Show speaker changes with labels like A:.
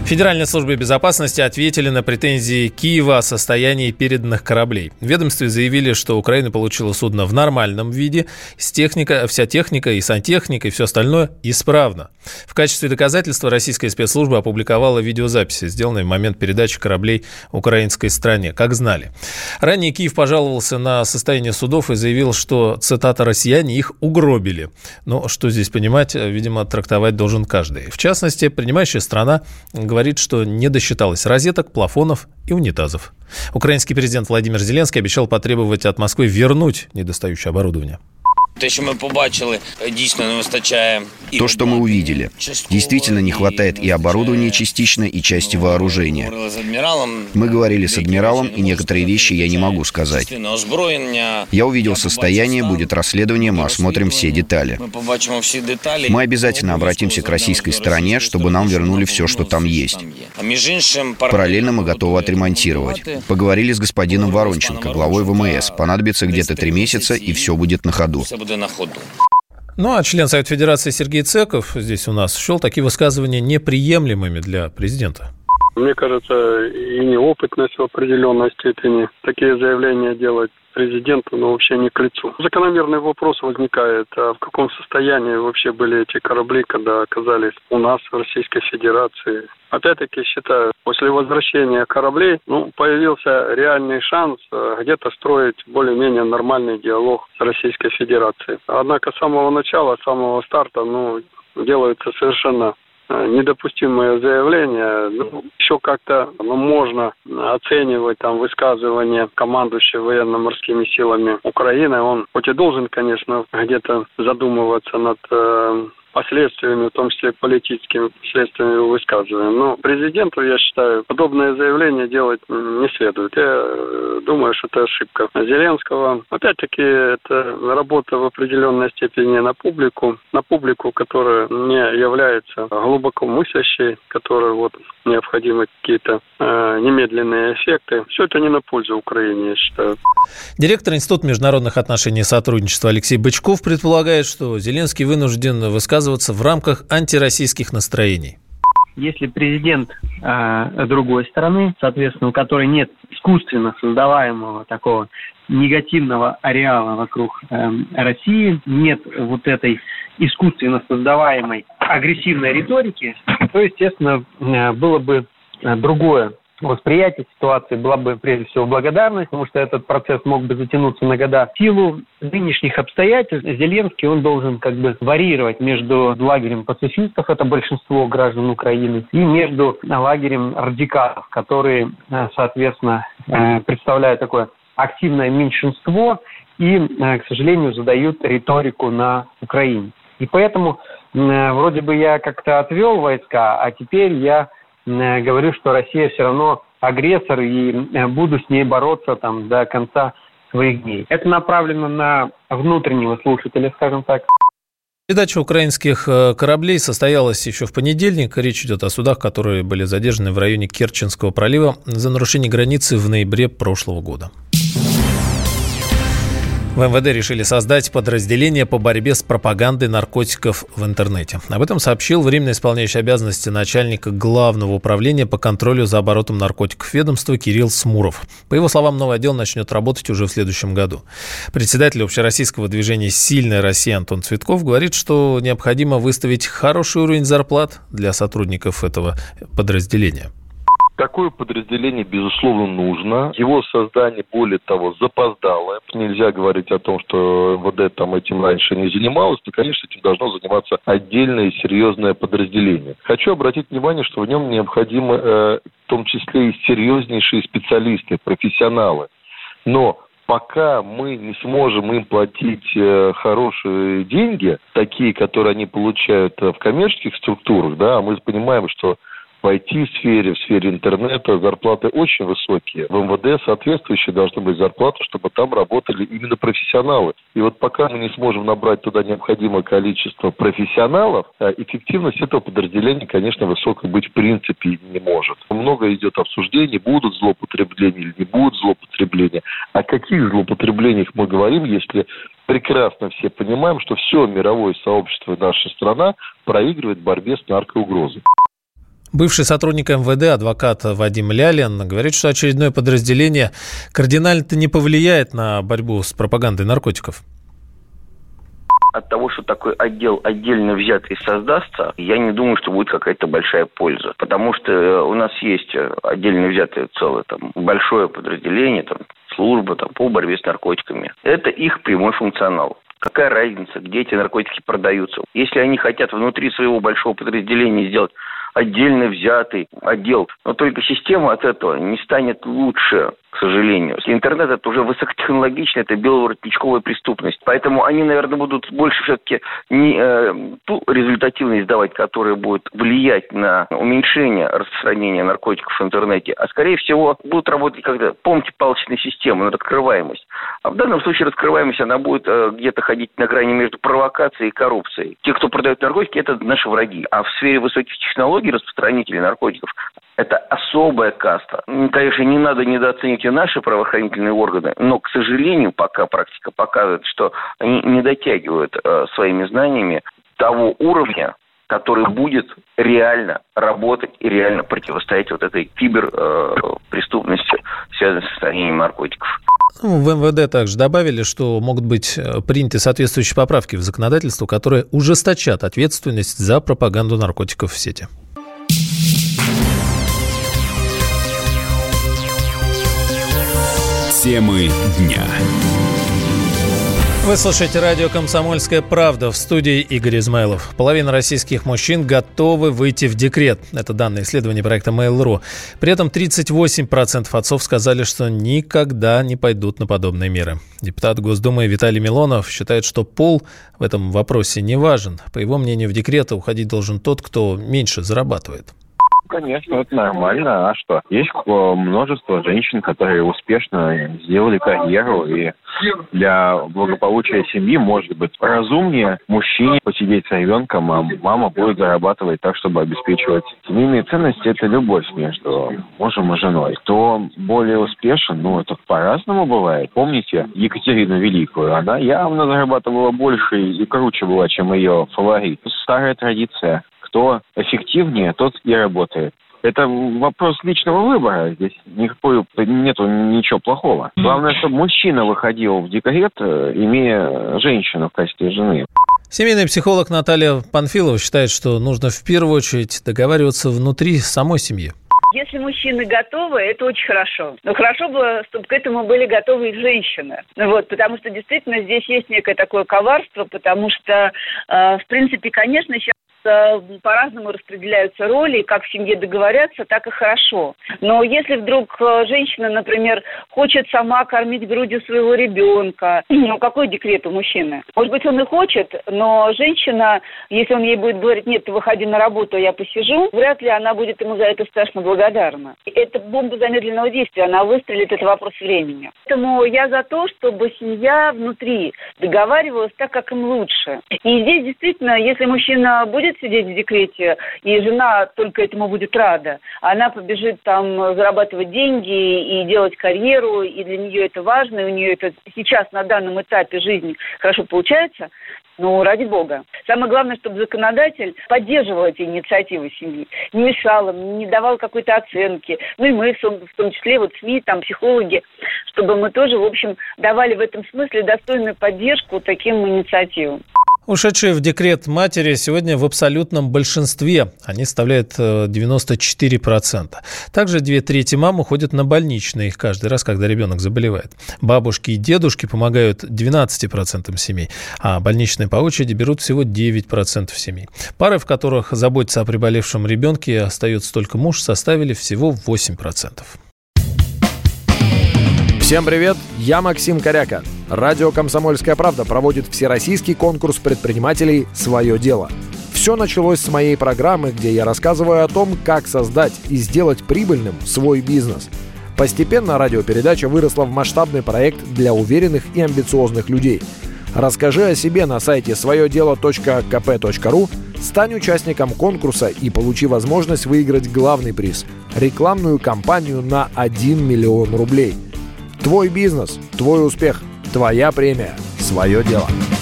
A: Федеральной службе безопасности ответили на претензии Киева о состоянии переданных кораблей. В ведомстве заявили, что Украина получила судно в нормальном виде, вся техника и сантехника и все остальное исправно. В качестве доказательства российская спецслужба опубликовала видеозаписи, сделанные в момент передачи кораблей украинской стороне, как знали. Ранее Киев пожаловался на состояние судов и заявил, что, цитата, «россияне их угробили». Но что здесь понимать, видимо, трактовать должен каждый. В частности, принимающая страна говорит, что не досчиталось розеток, плафонов и унитазов. Украинский президент Владимир Зеленский обещал потребовать от Москвы вернуть недостающее оборудование.
B: То, что мы увидели, действительно не хватает и оборудования частично, и части вооружения. Мы говорили с адмиралом, и некоторые вещи я не могу сказать. Я увидел состояние, будет расследование, мы осмотрим все детали. Мы обязательно обратимся к российской стороне, чтобы нам вернули все, что там есть. Параллельно мы готовы отремонтировать. Поговорили с господином Воронченко, главой ВМС. Понадобится где-то 3 месяца, и все будет на ходу.
A: Ну, а член Совета Федерации Сергей Цеков здесь у нас счел такие высказывания неприемлемыми для президента.
C: Мне кажется, и неопытность в определенной степени такие заявления делать президенту, но вообще не к лицу. Закономерный вопрос возникает, а в каком состоянии вообще были эти корабли, когда оказались у нас, в Российской Федерации. Опять-таки, считаю, после возвращения кораблей, появился реальный шанс где-то строить более-менее нормальный диалог с Российской Федерацией. Однако с самого начала, с самого старта, делаются совершенно недопустимое заявление. Еще как-то можно оценивать высказывания командующего военно-морскими силами Украины. Он хоть и должен, конечно, где-то задумываться над последствиями, в том числе политическими последствиями его высказывания. Но президенту, я считаю, подобное заявление делать не следует. Я думаю, что это ошибка Зеленского. Опять-таки, это работа в определенной степени на публику, которая не является глубоко мыслящей, которой необходимы какие-то немедленные эффекты. Все это не на пользу Украине, я считаю.
A: Директор Института международных отношений и сотрудничества Алексей Бычков предполагает, что Зеленский вынужден высказываться в рамках антироссийских настроений.
D: Если президент другой стороны, соответственно, у которой нет искусственно создаваемого такого негативного ареала вокруг России, нет этой искусственно создаваемой агрессивной риторики, то, естественно, было бы другое восприятие ситуации, была бы, прежде всего, благодарность, потому что этот процесс мог бы затянуться на года. В силу нынешних обстоятельств Зеленский, он должен варьировать между лагерем пацифистов, это большинство граждан Украины, и между лагерем радикалов, которые, соответственно, представляют такое активное меньшинство и, к сожалению, задают риторику на Украине. И поэтому вроде бы я как-то отвел войска, а теперь я говорю, что Россия все равно агрессор и буду с ней бороться до конца своих дней. Это направлено на внутреннего слушателя, скажем так.
A: Передача украинских кораблей состоялась еще в понедельник. Речь идет о судах, которые были задержаны в районе Керченского пролива за нарушение границы в ноябре прошлого года. В МВД решили создать подразделение по борьбе с пропагандой наркотиков в интернете. Об этом сообщил временно исполняющий обязанности начальника Главного управления по контролю за оборотом наркотиков ведомства Кирилл Смуров. По его словам, новый отдел начнет работать уже в следующем году. Председатель общероссийского движения «Сильная Россия» Антон Цветков говорит, что необходимо выставить хороший уровень зарплат для сотрудников этого подразделения.
E: Такое подразделение, безусловно, нужно. Его создание, более того, запоздалое. Нельзя говорить о том, что МВД этим раньше не занималось, то, конечно, этим должно заниматься отдельное и серьезное подразделение. Хочу обратить внимание, что в нем необходимы в том числе и серьезнейшие специалисты, профессионалы. Но пока мы не сможем им платить хорошие деньги, такие, которые они получают в коммерческих структурах, а мы понимаем, что в IT-сфере, в сфере интернета зарплаты очень высокие. В МВД соответствующие должны быть зарплаты, чтобы там работали именно профессионалы. И пока мы не сможем набрать туда необходимое количество профессионалов, эффективность этого подразделения, конечно, высокой быть в принципе не может. Много идет обсуждений, будут злоупотребления или не будут злоупотребления. О каких злоупотреблениях мы говорим, если прекрасно все понимаем, что все мировое сообщество и наша страна проигрывает в борьбе с наркоугрозой.
A: Бывший сотрудник МВД, адвокат Вадим Лялин, говорит, что очередное подразделение кардинально-то не повлияет на борьбу с пропагандой наркотиков.
F: От того, что такой отдел отдельно взятый создастся, я не думаю, что будет какая-то большая польза. Потому что у нас есть отдельно взятое целое большое подразделение, служба по борьбе с наркотиками. Это их прямой функционал. Какая разница, где эти наркотики продаются? Если они хотят внутри своего большого подразделения сделать отдельно взятый отдел, но только система от этого не станет лучше, к сожалению. Интернет – это уже высокотехнологичная, это беловоротничковая преступность. Поэтому они, наверное, будут больше все-таки не ту результативность давать, которая будет влиять на уменьшение распространения наркотиков в интернете, а, скорее всего, будут работать как-то, помните, палочная система, раскрываемость. А в данном случае раскрываемость, она будет где-то ходить на грани между провокацией и коррупцией. Те, кто продает наркотики, это наши враги. А в сфере высоких технологий распространителей наркотиков это особая каста. Конечно, не надо недооценить и наши правоохранительные органы, но, к сожалению, пока практика показывает, что они не дотягивают своими знаниями того уровня, который будет реально работать и реально противостоять этой киберпреступности, связанной с распространением наркотиков.
A: В МВД также добавили, что могут быть приняты соответствующие поправки в законодательство, которые ужесточат ответственность за пропаганду наркотиков в сети.
G: Темы дня.
A: Вы слушаете радио «Комсомольская правда», в студии Игорь Измайлов. Половина российских мужчин готовы выйти в декрет. Это данные исследования проекта Mail.ru. При этом 38% отцов сказали, что никогда не пойдут на подобные меры. Депутат Госдумы Виталий Милонов считает, что пол в этом вопросе не важен. По его мнению, в декрет уходить должен тот, кто меньше зарабатывает.
H: Конечно, это нормально. А что? Есть множество женщин, которые успешно сделали карьеру, и для благополучия семьи, может быть, разумнее мужчине посидеть с ребенком, а мама будет зарабатывать так, чтобы обеспечивать. Семейные ценности – это любовь между мужем и женой. Кто более успешен, это по-разному бывает. Помните Екатерину Великую? Она явно зарабатывала больше и круче была, чем ее фаворит. Старая традиция. Кто эффективнее, тот и работает. Это вопрос личного выбора. Здесь нету ничего плохого. Главное, чтобы мужчина выходил в декрет, имея женщину в качестве жены.
A: Семейный психолог Наталья Панфилова считает, что нужно в первую очередь договариваться внутри самой семьи.
I: Если мужчины готовы, это очень хорошо. Но хорошо бы, чтобы к этому были готовы и женщины. Потому что действительно здесь есть некое такое коварство, потому что, в принципе, конечно, сейчас по-разному распределяются роли, и как в семье договорятся, так и хорошо. Но если вдруг женщина, например, хочет сама кормить грудью своего ребенка, какой декрет у мужчины? Может быть, он и хочет, но женщина, если он ей будет говорить, нет, ты выходи на работу, а я посижу, вряд ли она будет ему за это страшно благодарна. Это бомба замедленного действия, она выстрелит, это вопрос времени. Поэтому я за то, чтобы семья внутри договаривалась так, как им лучше. И здесь действительно, если мужчина будет сидеть в декрете, и жена только этому будет рада, она побежит зарабатывать деньги и делать карьеру, и для нее это важно, и у нее это сейчас на данном этапе жизни хорошо получается, ради бога. Самое главное, чтобы законодатель поддерживал эти инициативы семьи, не мешал им, не давал какой-то оценки. И мы, в том числе, СМИ, психологи, чтобы мы тоже, в общем, давали в этом смысле достойную поддержку таким инициативам.
A: Ушедшие в декрет матери сегодня в абсолютном большинстве. Они составляют 94%. Также 2/3 мам уходят на больничные каждый раз, когда ребенок заболевает. Бабушки и дедушки помогают 12% семей, а больничные по очереди берут всего 9% семей. Пары, в которых заботиться о приболевшем ребенке остается только муж, составили всего 8%.
J: Всем привет, я Максим Коряка. Радио «Комсомольская правда» проводит всероссийский конкурс предпринимателей «Свое дело». Все началось с моей программы, где я рассказываю о том, как создать и сделать прибыльным свой бизнес. Постепенно радиопередача выросла в масштабный проект для уверенных и амбициозных людей. Расскажи о себе на сайте своедело.kp.ru, стань участником конкурса и получи возможность выиграть главный приз – рекламную кампанию на 1 миллион рублей. Твой бизнес, твой успех, твоя премия, свое дело.